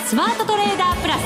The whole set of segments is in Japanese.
スマートトレーダープラス。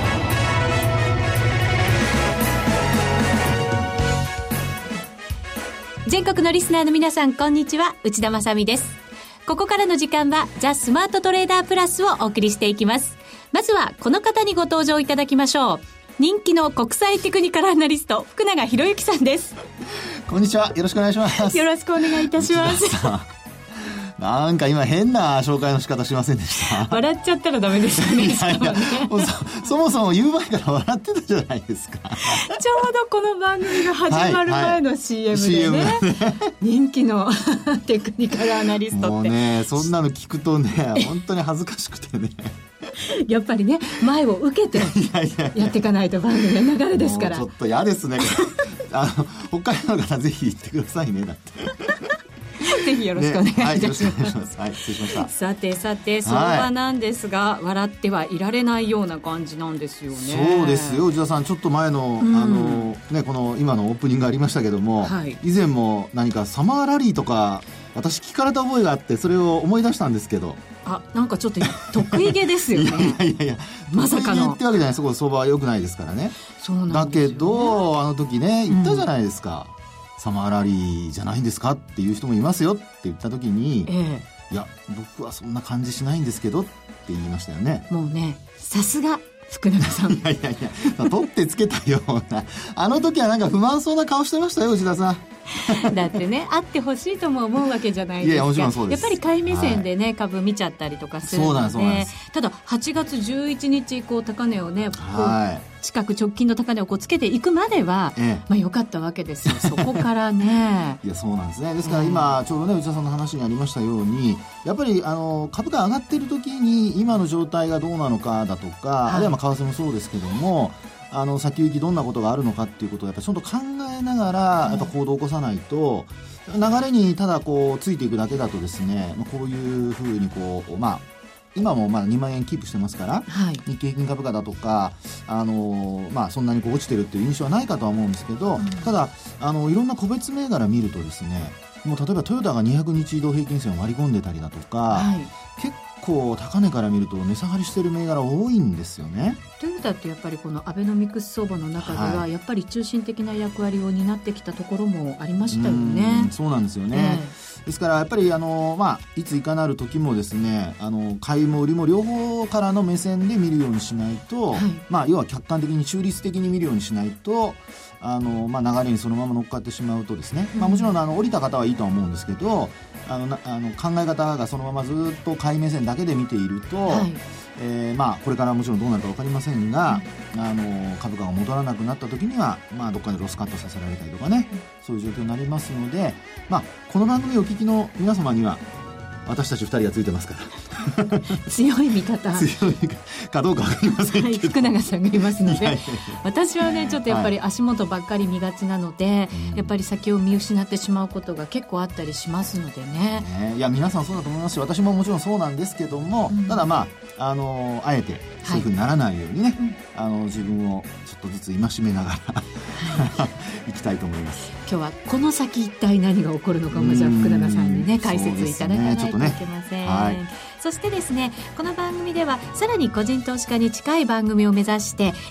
全国のリスナーの皆さん、こんにちは、内田まさみです。ここからの時間はザ・スマートトレーダープラスをお送りしていきます。まずはこの方にご登場いただきましょう。人気の国際テクニカルアナリスト、福永博之さんです。 こんにちは、よろしくお願いします。 よろしくお願いいたします。 なんか今変な紹介の仕方しませんでした？ 笑っちゃったらダメですよね。 そもそも言う前から笑ってたじゃないですか。 ちょうどこの番組が始まる前の CM でね、人気のテクニカルアナリストって、 もうね、そんなの聞くとね、本当に恥ずかしくてね。 やっぱりね、前を受けてやっていかないと番組の流れですから。 ちょっと嫌ですね。北海道の方ぜひ行ってくださいね。だってぜひよろしくお願いいたします。 はい、失礼しました。 さて相場なんですが、笑ってはいられないような感じなんですよね。 そうですよ、内田さん、ちょっと前の、この今のオープニングありましたけども、以前も何かサマーラリーとか私聞かれた覚えがあって、それを思い出したんですけど、 なんかちょっと得意げですよね。 いやまさかの得意げってわけじゃない。そこ相場は良くないですからね。 そうなんですよね。 だけどあの時ね、言ったじゃないですか、サマーラリーじゃないんですかっていう人もいますよって言った時に、いや僕はそんな感じしないんですけどって言いましたよね。 もうね、さすが福永さん。 いや取ってつけたような、あの時はなんか不満そうな顔してましたよ、内田さん。 だってね、会ってほしいとも思うわけじゃないですか。 いや、もちろんそうです。 やっぱり買い目線でね、株見ちゃったりとかするので。そうなんです。ただ8月11日高値をね、近く直近の高値をつけていくまでは、良かったわけですよ。そこからね。 いや、そうなんですね。ですから今ちょうどね、内田さんの話にありましたように、やっぱり株価上がっている時に今の状態がどうなのかだとか、あるいは為替もそうですけども、先行きどんなことがあるのかっていうことをやっぱりちょっと考えながらやっぱ行動を起こさないと、流れにただついていくだけだとですね、こういうふうに今もまだ2万円キープしてますから、日経平均株価だとかそんなに落ちてるっていう印象はないかとは思うんですけど、ただいろんな個別銘柄見るとですね、もう例えばトヨタが200日移動平均線を割り込んでたりだとか、結構高値から見ると値下がりしてる銘柄多いんですよね。 トヨタってやっぱりこのアベノミクス相場の中では、やっぱり中心的な役割を担ってきたところもありましたよね。 そうなんですよね。ですからやっぱりいついかなる時もですね、買いも売りも両方からの目線で見るようにしないと、要は客観的に中立的に見るようにしないと、流れにそのまま乗っかってしまうとですね、もちろん降りた方はいいとは思うんですけど、考え方がそのままずっと買い目線だけで見ていると、これからもちろんどうなるか分かりませんが、株価が戻らなくなった時には、どっかでロスカットさせられたりとかね、そういう状況になりますので、この番組をお聞きの皆様には私たち2人がついてますから強い味方かどうか分かりませんけど、 福永さんがいますので、私はねちょっとやっぱり足元ばっかり見がちなので、やっぱり先を見失ってしまうことが結構あったりしますのでね。 いや皆さんそうだと思いますし、私ももちろんそうなんですけども、ただあえてそういうふうにならないようにね、自分をちょっとずつ戒めながらいきたいと思います。 今日はこの先一体何が起こるのかも、じゃあ福永さんにね解説いただかないといけません。そしてですね、この番組ではさらに個人投資家に近い番組を目指して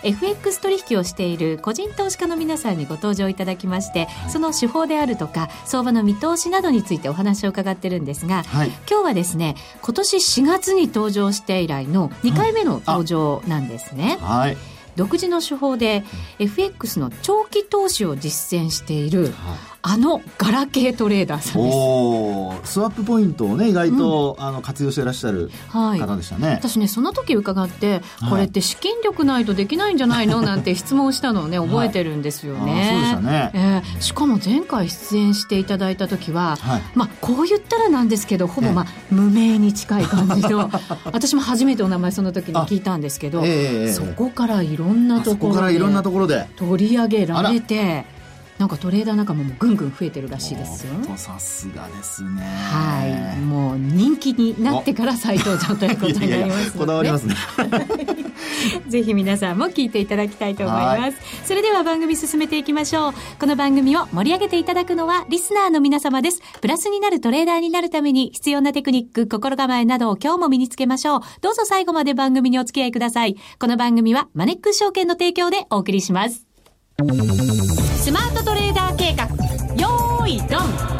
FX 取引をしている個人投資家の皆さんにご登場いただきまして、その手法であるとか相場の見通しなどについてお話を伺ってるんですが、今日はですね、今年4月に登場して以来の2回目の登場なんですね。独自の手法で FX の長期投資を実践している、ガラケートレーダーさんです。 スワップポイントをね、意外と、活用していらっしゃる方でしたね。 私ね、その時伺って、これって資金力ないとできないんじゃないのなんて質問をしたのをね、覚えてるんですよね。 そうでしたね。 しかも前回出演していただいた時は、こう言ったらなんですけど、ほぼ無名に近い感じの私も初めてお名前その時に聞いたんですけど、そこからいろんなところで取り上げられて、なんかトレーダー仲間もぐんぐん増えてるらしいですよ。 さすがですね。 もう人気になってから再登場ということになりますので、 こだわりますね。 ぜひ皆さんも聞いていただきたいと思います。それでは番組進めていきましょう。この番組を盛り上げていただくのはリスナーの皆様です。プラスになるトレーダーになるために必要なテクニック、心構えなどを今日も身につけましょう。どうぞ最後まで番組にお付き合いください。この番組はマネックス証券の提供でお送りします。スマートトレーダー計画、よーいドン。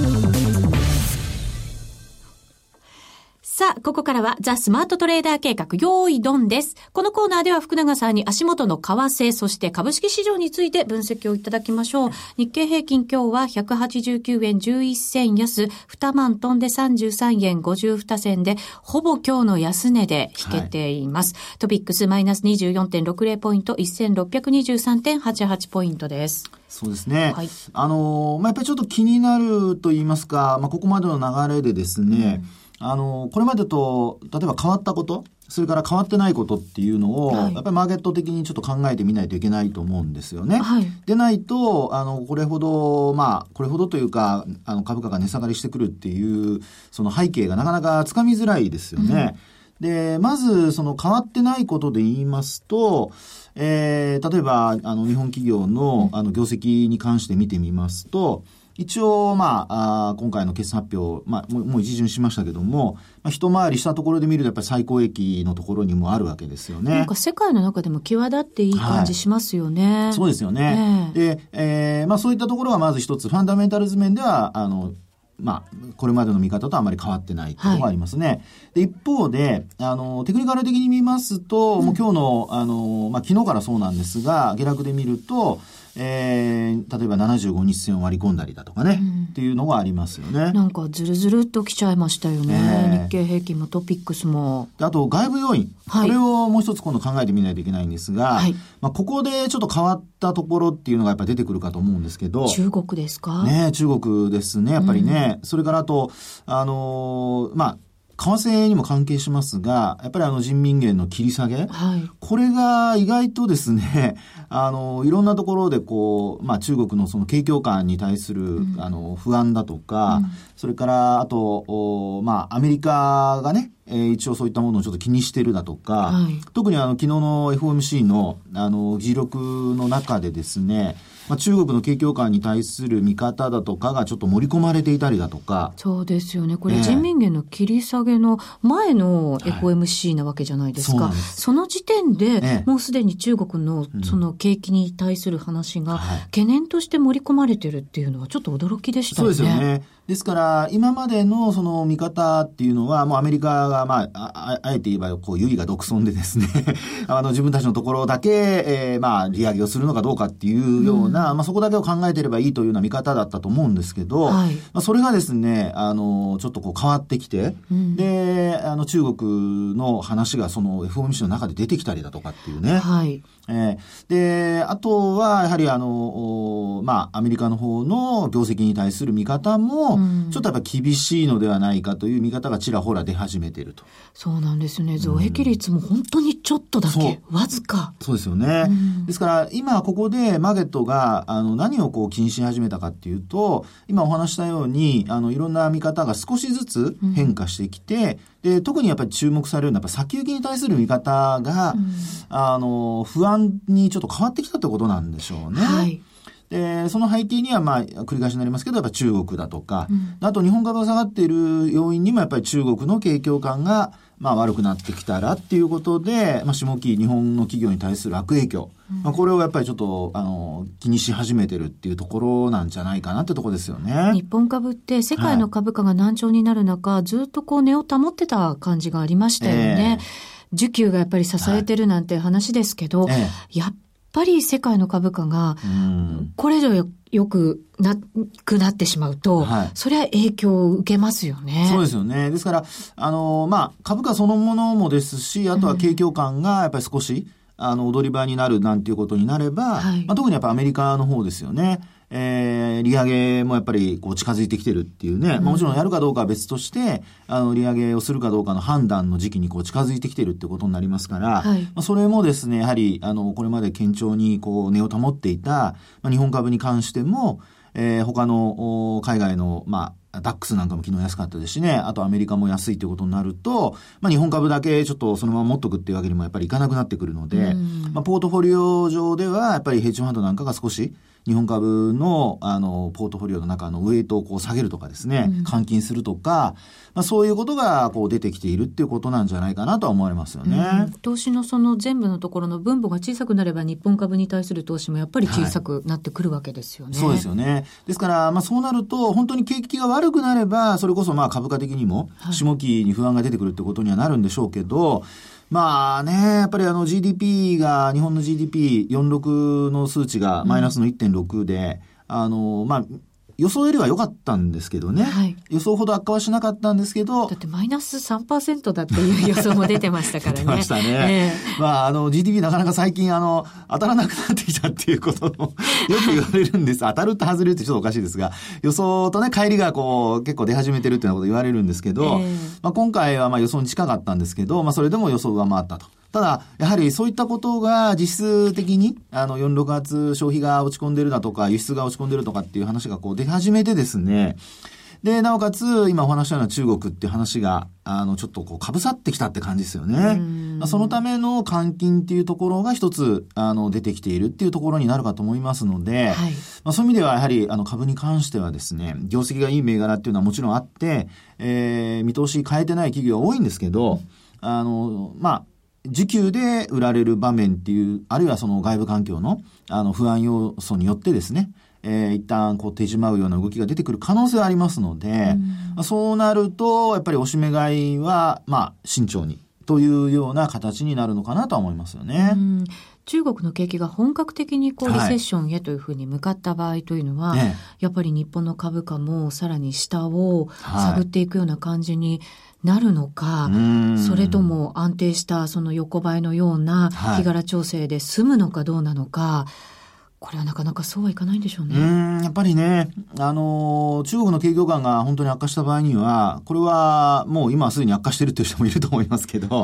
さあ、ここからはザ・スマートトレーダー計画、用意ドンです。このコーナーでは福永さんに足元の為替、そして株式市場について分析をいただきましょう。日経平均今日は189円11銭安、2万飛んで33円52銭で、ほぼ今日の安値で引けています。トピックスマイナス 24.60 ポイント、1623.88 ポイントです。 そうですね。はい、やっぱりちょっと気になると言いますか、ここまでの流れでですね、これまでと例えば変わったこと、それから変わってないことっていうのを、やっぱりマーケット的にちょっと考えてみないといけないと思うんですよね。はい、でないとこれほどというか株価が値下がりしてくるっていうその背景がなかなかつかみづらいですよね。でまずその変わってないことで言いますと、例えば日本企業の業績に関して見てみますと、一応、今回の決算発表、もう一巡しましたけども、一回りしたところで見るとやっぱり最高益のところにもあるわけですよね。 なんか世界の中でも際立っていい感じしますよね。 はい、そうですよね。で、そういったところはまず一つ、ファンダメンタルズ面では、これまでの見方とあまり変わってないというのがありますね。はい、で一方で、テクニカル的に見ますと、もう今日の、昨日からそうなんですが、下落で見ると、例えば75日線を割り込んだりだとかね、っていうのがありますよね。 なんかずるずるっと来ちゃいましたよね。日経平均もトピックスも。 あと外部要因、これをもう一つ今度考えてみないといけないんですが、ここでちょっと変わったところっていうのがやっぱり出てくるかと思うんですけど。 中国ですか？ ね、中国ですね、やっぱりね。それからあと、為替にも関係しますが、やっぱり人民元の切り下げ、これが意外とですね、いろんなところで中国のその景況感に対する、不安だとか、それからあと、アメリカがね、一応そういったものをちょっと気にしてるだとか、特に昨日の FOMC の議事録の中でですね、中国の景況感に対する見方だとかがちょっと盛り込まれていたりだとか。 そうですよね。これ人民元の切り下げの前の FOMC なわけじゃないですか。その時点でもうすでに中国のその景気に対する話が懸念として盛り込まれてるっていうのはちょっと驚きでしたよね。 そうですよね。ですから今までのその見方っていうのはもうアメリカがあえて言えば優位が独尊でですね自分たちのところだけ、利上げをするのかどうかっていうような、そこだけを考えていればいいというような見方だったと思うんですけど、それがですねちょっと変わってきて、で中国の話がその FOMC の中で出てきたりだとかっていうね。であとはやはりアメリカの方の業績に対する見方もちょっとやっぱ厳しいのではないかという見方がちらほら出始めていると。 そうなんですね。増益率も本当にちょっとだけ、わずか。 そうですよね。ですから今ここでマーケットが何を気にし始めたかっていうと、今お話したようにいろんな見方が少しずつ変化してきて、で特にやっぱり注目されるのはやっぱ先行きに対する見方が、不安にちょっと変わってきたってことなんでしょうね。でその背景には繰り返しになりますけどやっぱり中国だとか、あと日本株が下がっている要因にもやっぱり中国の景況感が悪くなってきたらっていうことで、下期日本の企業に対する悪影響、これをやっぱりちょっと気にし始めてるっていうところなんじゃないかなってところですよね。 日本株って世界の株価が難聴になる中、ずっと値を保ってた感じがありましたよね。需給がやっぱり支えてるなんて話ですけど、やっぱり世界の株価がこれ以上良くなってしまうと、それは影響を受けますよね。 そうですよね。ですから株価そのものもですし、あとは景況感がやっぱり少し踊り場になるなんていうことになれば、特にやっぱアメリカの方ですよね。利上げもやっぱり近づいてきてるっていうね、もちろんやるかどうかは別として利上げをするかどうかの判断の時期に近づいてきてるってことになりますから、それもですねやはりこれまで堅調に値を保っていた、日本株に関しても、他の海外のダックスなんかも昨日安かったですしね、あとアメリカも安いということになると、日本株だけちょっとそのまま持っとくっていうわけにもやっぱりいかなくなってくるので、ポートフォリオ上ではやっぱりヘッジファンドなんかが少し日本株のポートフォリオの中のウェイトをこう下げるとかですね、換金するとか、そういうことがこう出てきているっていうことなんじゃないかなとは思われますよね。 投資のその全部のところの分母が小さくなれば日本株に対する投資もやっぱり小さくなってくるわけですよね。 そうですよね。ですから、そうなると本当に景気が悪くなればそれこそ株価的にも下期に不安が出てくるってことにはなるんでしょうけど、やっぱりGDP が、日本の GDP46 の数値がマイナスの 1.6 で、予想よりは良かったんですけどね、予想ほど悪化はしなかったんですけど、 だってマイナス 3% だっていう予想も出てましたからね。 出てましたね。GDP なかなか最近当たらなくなってきたっていうこともよく言われるんです。当たると外れるってちょっとおかしいですが、予想とね、乖離が結構出始めてるっていうようなこと言われるんですけど、今回は予想に近かったんですけど、それでも予想上回ったと。ただ、やはりそういったことが実質的に、4、6月消費が落ち込んでるだとか、輸出が落ち込んでるとかっていう話が出始めてですね、で、なおかつ、今お話したような中国っていう話が、ちょっと被さってきたって感じですよね。そのための換金っていうところが一つ、出てきているっていうところになるかと思いますので、そういう意味ではやはり、株に関してはですね、業績がいい銘柄っていうのはもちろんあって、見通し変えてない企業は多いんですけど、需給で売られる場面っていう、あるいはその外部環境の、不安要素によってですね、一旦手締まうような動きが出てくる可能性はありますので、そうなると、やっぱりおしめ買いは、慎重にというような形になるのかなとは思いますよね。 中国の景気が本格的にリセッションへというふうに向かった場合というのは、やっぱり日本の株価もさらに下を探っていくような感じになるのか、それとも安定したその横ばいのような日柄調整で済むのかどうなのか、これはなかなかそうはいかないんでしょうね。 やっぱりね、中国の景況感が本当に悪化した場合には、これはもう今はすでに悪化しているという人もいると思いますけど、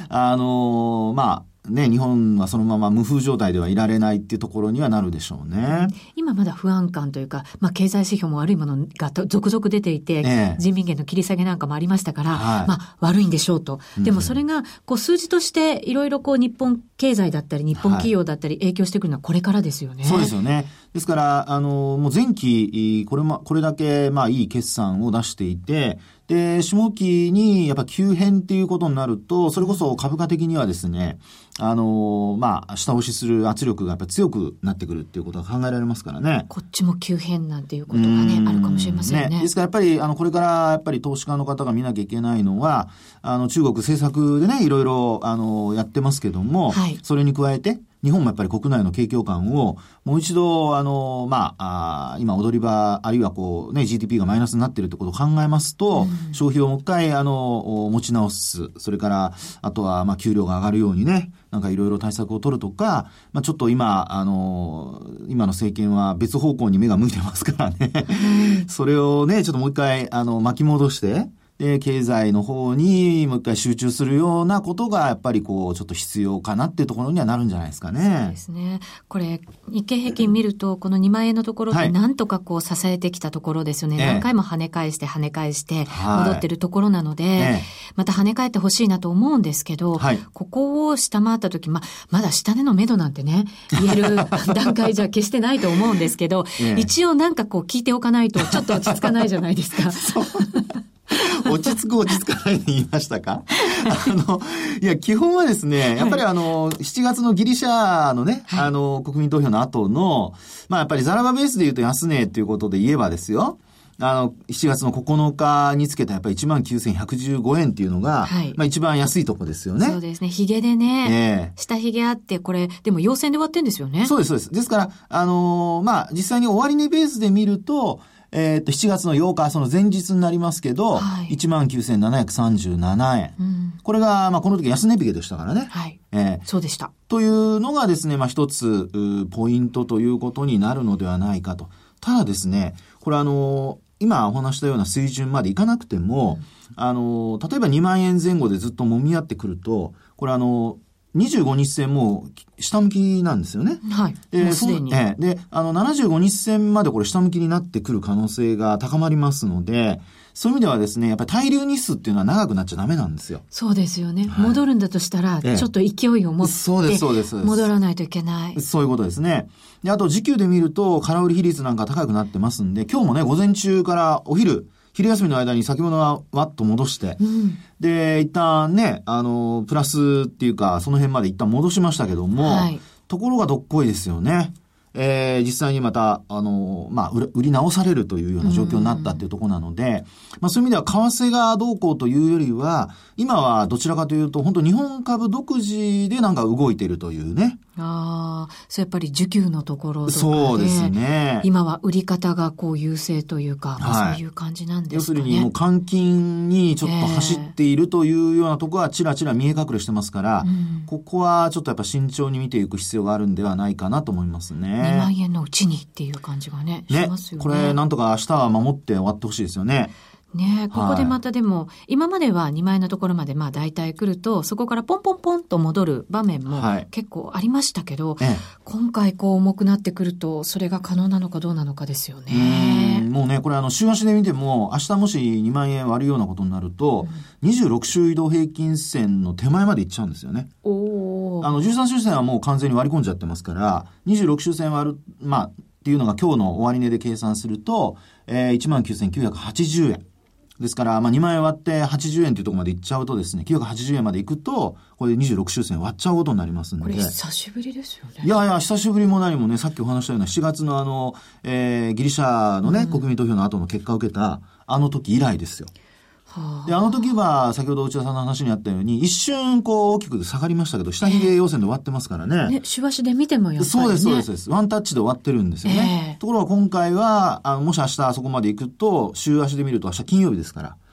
日本はそのまま無風状態ではいられないっていうところにはなるでしょうね。 今まだ不安感というか、経済指標も悪いものが続々出ていて、人民元の切り下げなんかもありましたから、悪いんでしょうと。でもそれが数字としていろいろ日本経済だったり日本企業だったり影響してくるのはこれからですよね。 そうですよね。ですからもう前期これだけいい決算を出していて、で下期にやっぱ急変っていうことになると、それこそ株価的にはですね、下押しする圧力がやっぱり強くなってくるっていうことが考えられますからね。 こっちも急変なんていうことがね、あるかもしれませんね。 ですからやっぱりこれからやっぱり投資家の方が見なきゃいけないのは、中国政策でね、いろいろやってますけども、それに加えて日本もやっぱり国内の景況感をもう一度今踊り場あるいはGDP がマイナスになっているってことを考えますと、消費をもう一回持ち直す、それからあとは給料が上がるようにね、なんかいろいろ対策を取るとか、ちょっと今の政権は別方向に目が向いてますからね、それをねちょっともう一回巻き戻して、で経済の方にもう一回集中するようなことがやっぱりちょっと必要かなっていうところにはなるんじゃないですかね。 そうですね。これ日経平均見るとこの2万円のところってなんとか支えてきたところですよね。何回も跳ね返して戻ってるところなので、また跳ね返ってほしいなと思うんですけど、ここを下回った時、まだ下値の目処なんてね言える段階じゃ決してないと思うんですけど、一応なんか聞いておかないとちょっと落ち着かないじゃないですか。 落ち着かないで言いましたか？いや、基本はですね、やっぱり7月のギリシャのね、国民投票の後の、やっぱりザラバベースで言うと安値ということで言えばですよ、7月の9日につけたやっぱり 19,115 円っていうのが、一番安いとこですよね。 そうですね。ヒゲでね、下ヒゲあって、これ、でも陽線で終わってんですよね。 そうです、そうです。ですから、実際に終値ベースで見ると、7月の8日、その前日になりますけど、19,737 円。これが、この時安値引けでしたからね。 そうでした。 というのがですね、一つ、ポイントということになるのではないかと。ただですね、これ今お話したような水準までいかなくても、例えば2万円前後でずっと揉み合ってくると、これ 25日線も下向きなんですよね。 はい。もうすでに。 で、75日線までこれ下向きになってくる可能性が高まりますので、そういう意味ではですね、やっぱり滞留日数っていうのは長くなっちゃダメなんですよ。 そうですよね。はい、戻るんだとしたら、ちょっと勢いを持って、そうです、そうです。戻らないといけない。 そういうことですね。で、あと時給で見ると、空売り比率なんか高くなってますんで、今日もね、午前中から昼休みの間に先物はわっと戻して、で、一旦ね、プラスっていうか、その辺まで一旦戻しましたけども、はい、ところがどっこいですよね。実際にまた、売り直されるというような状況になったっていうところなので、そういう意味では為替がどうこうというよりは、今はどちらかというと、本当日本株独自でなんか動いているというね。 ああ、そうやっぱり需給のところとかで。 そうですね。 今は売り方がこう優勢というか、そういう感じなんですかね。 要するにもう換金にちょっと走っているというようなところはちらちら見え隠れしてますから、ここはちょっとやっぱ慎重に見ていく必要があるんではないかなと思いますね。 2万円のうちにっていう感じがね、しますよね。 これなんとか明日は守って終わってほしいですよね。 ね、ここでまたでも、今までは2万円のところまで大体来ると、そこからポンポンポンと戻る場面も結構ありましたけど、今回重くなってくると、それが可能なのかどうなのかですよね。 もうね、これ週足で見ても、明日もし2万円割るようなことになると、26週移動平均線の手前まで行っちゃうんですよね。13週線はもう完全に割り込んじゃってますから、26週線割る、っていうのが今日の終値で計算すると、19,980円。ですから、2万円割って80円というところまでいっちゃうとですね、980円までいくと、これで26周線割っちゃうことになりますので。 これ久しぶりですよね。 いや、久しぶりも何もね、さっきお話したような7月のギリシャのね、国民投票の後の結果を受けた、時以来ですよ。で、時は、先ほど内田さんの話にあったように、一瞬大きく下がりましたけど、下髭陽線で終わってますからね。 週足で見てもやっぱりね。 そうです。ワンタッチで終わってるんですよね。ところが今回は、もし明日そこまで行くと、週足で見ると明日金曜日ですから、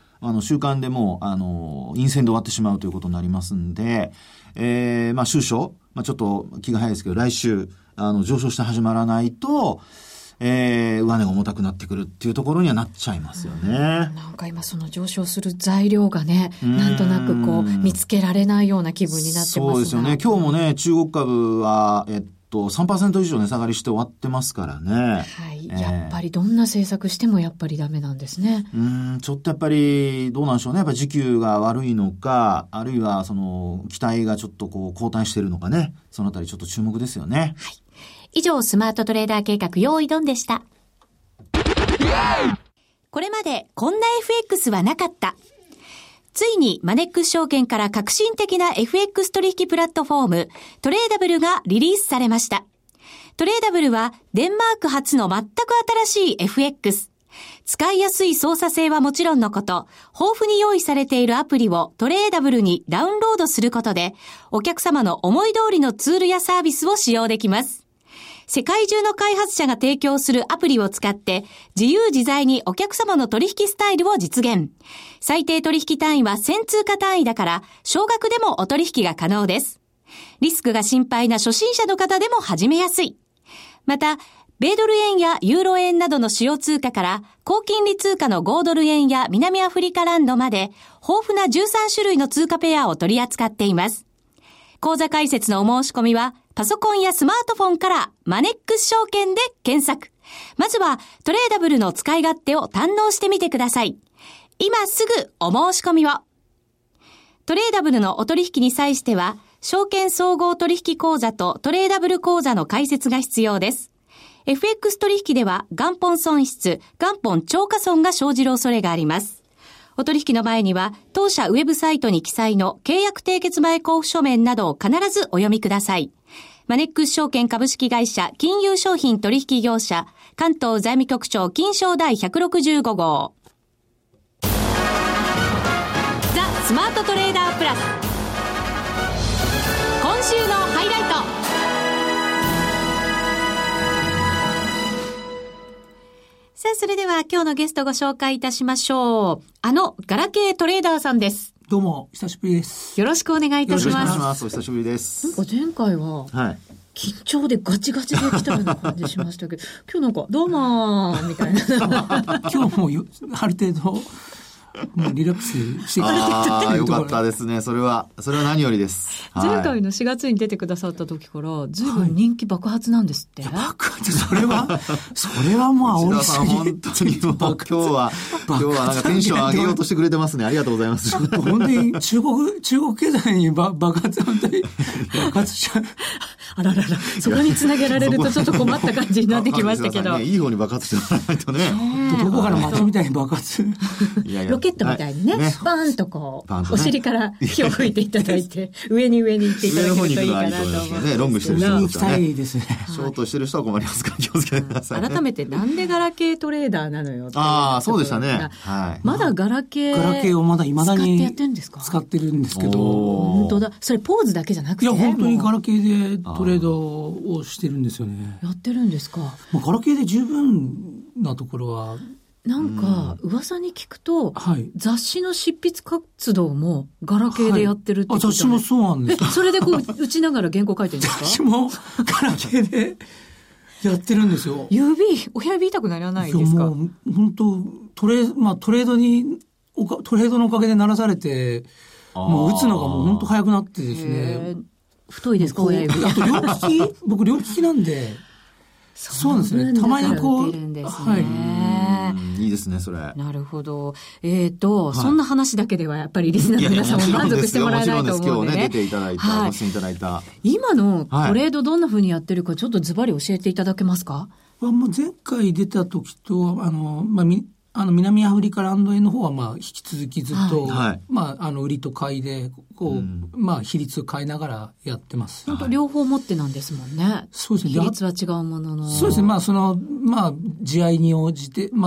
週間でも陰線で終わってしまうということになりますんで、週初、ちょっと気が早いですけど、来週、上昇して始まらないと、上値が重たくなってくるっていうところにはなっちゃいますよね。 なんか今その上昇する材料がね、なんとなく見つけられないような気分になってますが。 そうですよね。今日もね、中国株は、3% 以上値下がりして終わってますからね。 はい。やっぱりどんな政策してもやっぱりダメなんですね。 ちょっとやっぱりどうなんでしょうね。やっぱり需給が悪いのか、あるいはその期待がちょっと後退しているのかね。そのあたりちょっと注目ですよね。はい。 以上、スマートトレーダー計画用意ドンでした。これまでこんな FX はなかった。ついにマネックス証券から革新的な FX 取引プラットフォームトレーダブルがリリースされました。トレーダブルはデンマーク発の全く新しい FX。使いやすい操作性はもちろんのこと、豊富に用意されているアプリをトレーダブルにダウンロードすることで、お客様の思い通りのツールやサービスを使用できます。世界中の開発者が提供するアプリを使って自由自在にお客様の取引スタイルを実現。最低取引単位は1000通貨単位だから少額でもお取引が可能です。リスクが心配な初心者の方でも始めやすい。また、米ドル円やユーロ円などの主要通貨から高金利通貨の5ドル円や南アフリカランドまで豊富な13種類の通貨ペアを取り扱っています。口座開設のお申し込みはパソコンやスマートフォンからマネックス証券で検索。まずはトレーダブルの使い勝手を堪能してみてください。今すぐお申し込みを。トレーダブルのお取引に際しては証券総合取引口座とトレーダブル口座の開設が必要です。FX 取引では元本損失、元本超過損が生じる恐れがあります。お取引の前には当社ウェブサイトに記載の契約締結前交付書面などを必ずお読みください。マネックス証券株式会社金融商品取引業者関東財務局長金商第165号ザ・スマートトレーダープラス、今週のハイライト。さあ、それでは今日のゲストご紹介いたしましょう。ガラケートレーダーさんです。 どうも、久しぶりです。 よろしくお願いいたします。 よろしくお願いします。お久しぶりです。 なんか前回は、緊張でガチガチで来たような感じしましたけど、今日なんか、どうもーみたいな。 今日もある程度、 もうリラックスしてくれてああ、よかったですね。それは何よりです。 前回の4月に出てくださった時からずいぶん人気爆発なんですって、 爆発、それはもう煽りすぎ。 本当にもう今日はなんかテンション上げようとしてくれてますね。ありがとうございます。 本当に中国経済に爆発、本当に爆発しちゃう。 あららら、そこにつなげられるとちょっと困った感じになってきましたけど、 いい方に爆発してもらわないとね。 どこから街みたいに爆発。 ロケットみたいにね、バーンとこう、お尻から火を吹いていただいて、上に行っていただけるといいかなと思います。 ロングしてる人はね。 行きたいですね。 ショートしてる人は困りますから気をつけてくださいね。 改めてなんでガラケートレーダーなのよって。 ああ、そうでしたね。 はい。まだガラケーをまだ未だに使ってやってるんですか？ 使ってるんですけど。 本当だ。それポーズだけじゃなくて。 いや、本当にガラケーでトレードをしてるんですよね。 やってるんですか？ ガラケーで十分なところは。 なんか噂に聞くと、雑誌の執筆活動もガラケーでやってるって聞いた、 雑誌もそうなんです。 それでこう打ちながら原稿書いてるんですか？ 雑誌もガラケーでやってるんですよ。 親指痛くならないですか？ もう本当トレードのおかげで鳴らされて、もう打つのがもう本当早くなってですね。 太いですか、親指？ あと僕両利きなんで。そうなんですね。たまにこう、 いいですね、それ。 なるほど。そんな話だけではやっぱりリスナーの皆さんも満足してもらえないと思うんでね。 今日ね、出ていただいた、ご出演いただいた。 今のトレードどんな風にやってるか、ちょっとズバリ教えていただけますか？ もう前回出た時と、南アフリカランド円の方は引き続きずっと、売りと買いでこう、比率を変えながらやってます。 本当両方持ってなんですもんね。 そうですね。 比率は違うものの。 そうですね。地合いに応じて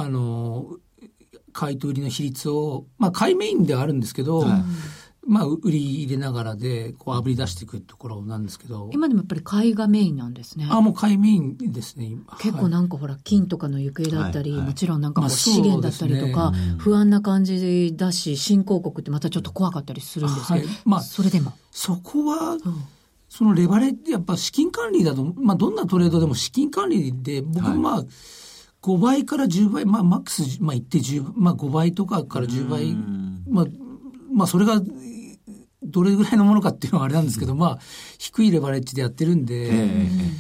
買いと売りの比率を買いメインではあるんですけど。売り入れながらでこう炙り出していくところなんですけど、 今でもやっぱり買いがメインなんですね。 もう買いメインですね。 結構なんかほら金とかの行方だったり、もちろんなんか資源だったりとか、不安な感じだし、新興国ってまたちょっと怖かったりするんですけど、それでもそこは、そのレバレッジやっぱ資金管理だと、どんなトレードでも資金管理で僕5倍から10倍、マックス言って10、5倍とかから10倍、それがどれぐらいのものかっていうのはあれなんですけど、低いレバレッジでやってるんで、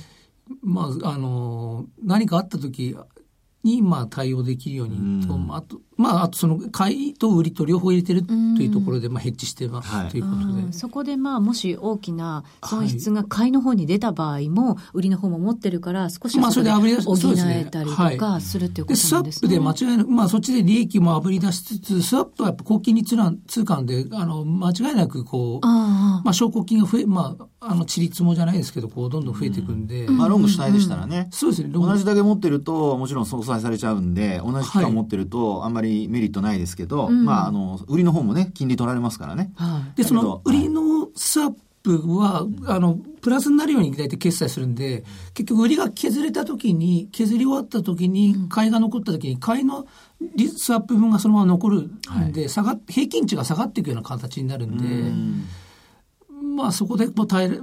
何かあった時に対応できるようにと、あとその買いと売りと両方入れてるというところでヘッジしてますということで、 そこでもし大きな損失が買いの方に出た場合も売りの方も持ってるから少しそれで補えたりとかするっていうことなんですね。 スワップで間違いなく、そっちで利益もあぶり出しつつ、スワップはやっぱ高金利通貨なんで間違いなくこう証拠金が増え、ちりつもじゃないですけどこうどんどん増えていくんで、 ロング主体でしたらね、 そうですね、 同じだけ持ってるともちろん相殺されちゃうんで、同じ期間持ってるとあんまりメリットないですけど、売りの方もね金利取られますからね。 でその売りのスワップはプラスになるように大体決済するんで、結局売りが削り終わった時に買いが残った時に買いのスワップ分がそのまま残るんで、平均値が下がっていくような形になるんで、そこでもう耐える、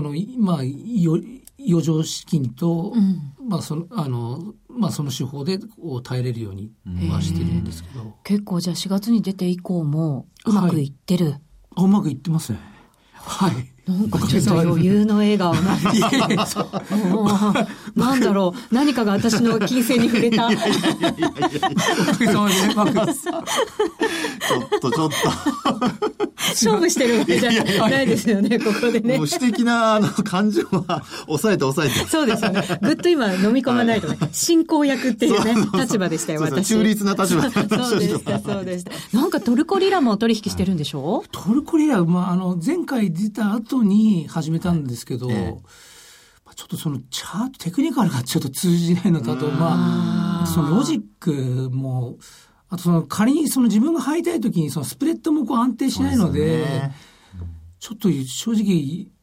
余剰資金と、その手法で耐えれるようにはしてるんですけど、 結構じゃあ4月に出て以降もうまくいってる？ うまくいってますね。はい。 なんかちょっと余裕の笑顔なんですなんだろう、何かが私の金星に触れた。ちょっと勝負してるわけじゃないですよね、ここでね。 もう私的な感情は抑えてそうですよね。ぐっと今飲み込まないとね、進行役っていうね立場でしたよ、私。 中立な立場そうでした。なんかトルコリラも取引してるんでしょ？ トルコリラ、前回出た後に始めたんですけど、ちょっとそのチャートテクニカルがちょっと通じないのだと、そのロジックも、あと仮に自分が入りたい時にスプレッドも安定しないので、ちょっと正直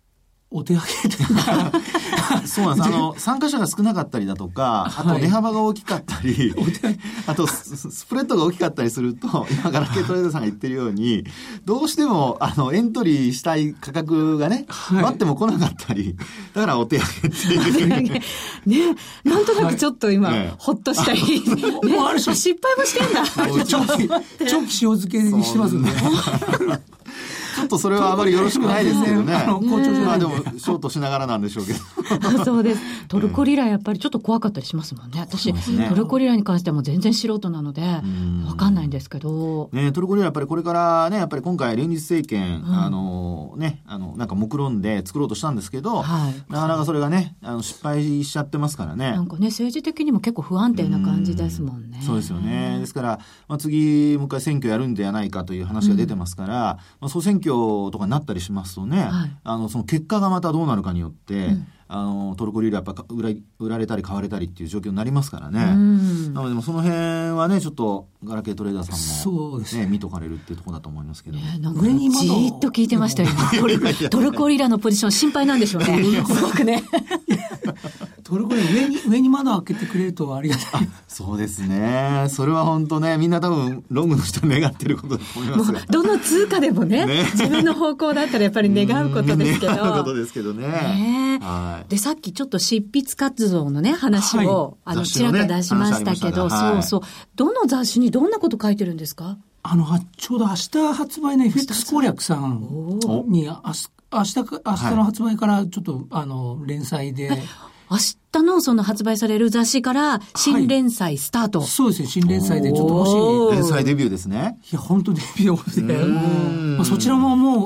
お手上げというかそうなんです。参加者が少なかったりだとか、あと値幅が大きかったり、あとスプレッドが大きかったりすると、今ガラケートレーダーさんが言ってるように、どうしてもエントリーしたい価格がね、待っても来なかったり、だからお手上げっていうね、なんとなくちょっと今、ほっとしたり、ある種失敗もしてんだ。 長期塩漬けにしてますんで。 ちょっとそれはあまりよろしくないですけどね。まあでもショートしながらなんでしょうけど。 そうです。トルコリラやっぱりちょっと怖かったりしますもんね。私、トルコリラに関してはもう全然素人なのでわかんないんですけど。 ね、トルコリラやっぱりこれからね、やっぱり今回連立政権、なんか目論んで作ろうとしたんですけど、なかなかそれがね、失敗しちゃってますからね。 なんかね、政治的にも結構不安定な感じですもんね。 そうですよね。ですから、次もう一回選挙やるんではないかという話が出てますから、総選挙とかになったりしますとね、その結果がまたどうなるかによって、トルコリラやっぱ売られたり買われたりっていう状況になりますからね。なのでもその辺はね、ちょっとガラケートレーダーさんも、ね、見とかれるっていうところだと思いますけど、 なんかじーっと聞いてましたよトルコリラのポジション心配なんでしょうね。すごくね。 トルコリラ上に窓開けてくれるとありがたい。 そうですね。それは本当ね、みんな多分ロングの人願ってることだと思いますが、 どの通貨でもね、自分の方向だったらやっぱり願うことですけど。 願うことですけどね。 で、さっきちょっと執筆活動のね、話を、ちらっと出しましたけど、そうそう。どの雑誌にどんなこと書いてるんですか？ ちょうど明日発売の FX 攻略さんに、明日の発売からちょっと、連載で。 明日のその発売される雑誌から新連載スタート。 そうですね、新連載でちょっともし。 連載デビューですね。 いや、本当デビューで。そちらもも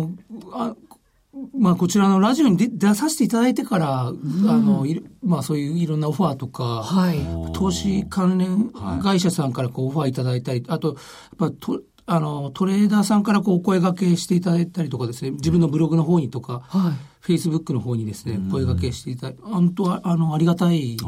う、こちらのラジオに出させていただいてから、そういういろんなオファーとか、投資関連会社さんからオファーいただいたり、あと、やっぱトレーダーさんからお声掛けしていただいたりとかですね、自分のブログの方にとか、Facebook の方にですね、声掛けしていただいて、本当はありがたい、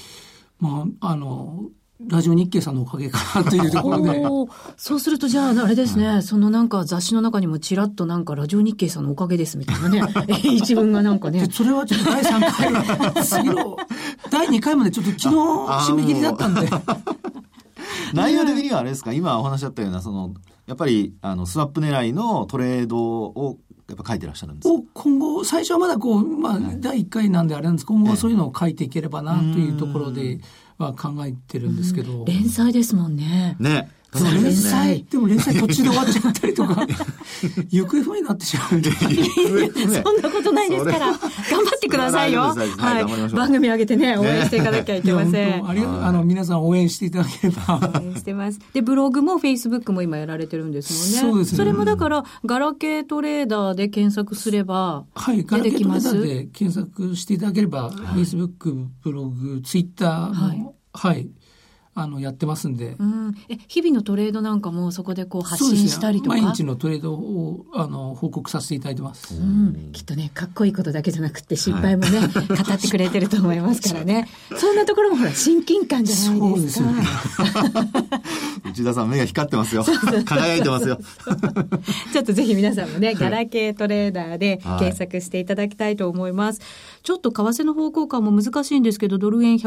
ラジオ日経さんのおかげかなというところで。 そうするとじゃああれですね、そのなんか雑誌の中にもちらっとなんかラジオ日経さんのおかげですみたいなね、一文がなんかね。 それはちょっと第3回、次の第2回までちょっと昨日締め切りだったんで。 内容的にはあれですか、今お話しあったような、やっぱりスワップ狙いのトレードをやっぱ書いてらっしゃるんですか？ 今後、最初はまだ第1回なんであれなんですけど、今後はそういうのを書いていければなというところでは考えてるんですけど。 連載ですもんね。 ね。 でも連載途中で終わっちゃったりとか、行方不明になってしまうんで。 そんなことないですから、頑張ってくださいよ。番組上げてね、応援していかなきゃいけません。 皆さん応援していただければ。 応援してます。で、ブログもフェイスブックも今やられてるんですもんね。そうですね。それもだから、ガラケートレーダーで検索すれば、出てきます。 ガラケートレーダーで検索していただければ、フェイスブック、ブログ、ツイッターも、やってますんで。 日々のトレードなんかもそこで発信したりとか。 毎日のトレードを報告させていただいてます。 きっとね、かっこいいことだけじゃなくて失敗もね、語ってくれてると思いますからね。そんなところもほら、親近感じゃないですか。 内田さん目が光ってますよ。輝いてますよ。 ちょっとぜひ皆さんもね、ガラケートレーダーで検索していただきたいと思います。ちょっと為替の方向感も難しいんですけど、ドル円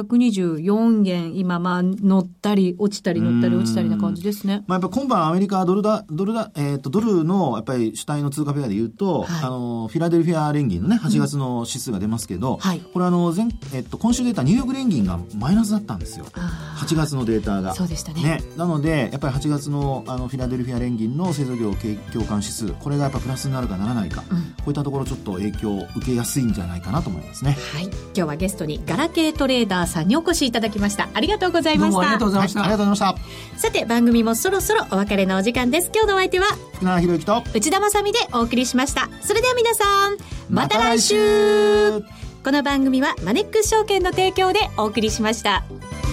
124円、今乗ったり落ちたり乗ったり落ちたりな感じですね。 やっぱ今晩アメリカドルのやっぱり主体の通貨ペアで言うと、フィラデルフィア連銀のね、8月の指数が出ますけど、これ今週出たニューヨーク連銀がマイナスだったんですよ。8月のデータが。 そうでしたね。 なので、やっぱり8月のフィラデルフィア連銀の製造業景況感指数、これがやっぱプラスになるかならないか、こういったところちょっと影響を受けやすいんじゃないかなと思いますね。 今日はゲストにガラケートレーダーさんにお越しいただきました。ありがとうございました。 どうもありがとうございました。 ありがとうございました。 さて、番組もそろそろお別れのお時間です。今日のお相手は福永博之と内田まさみでお送りしました。それでは皆さん、また来週。この番組はマネックス証券の提供でお送りしました。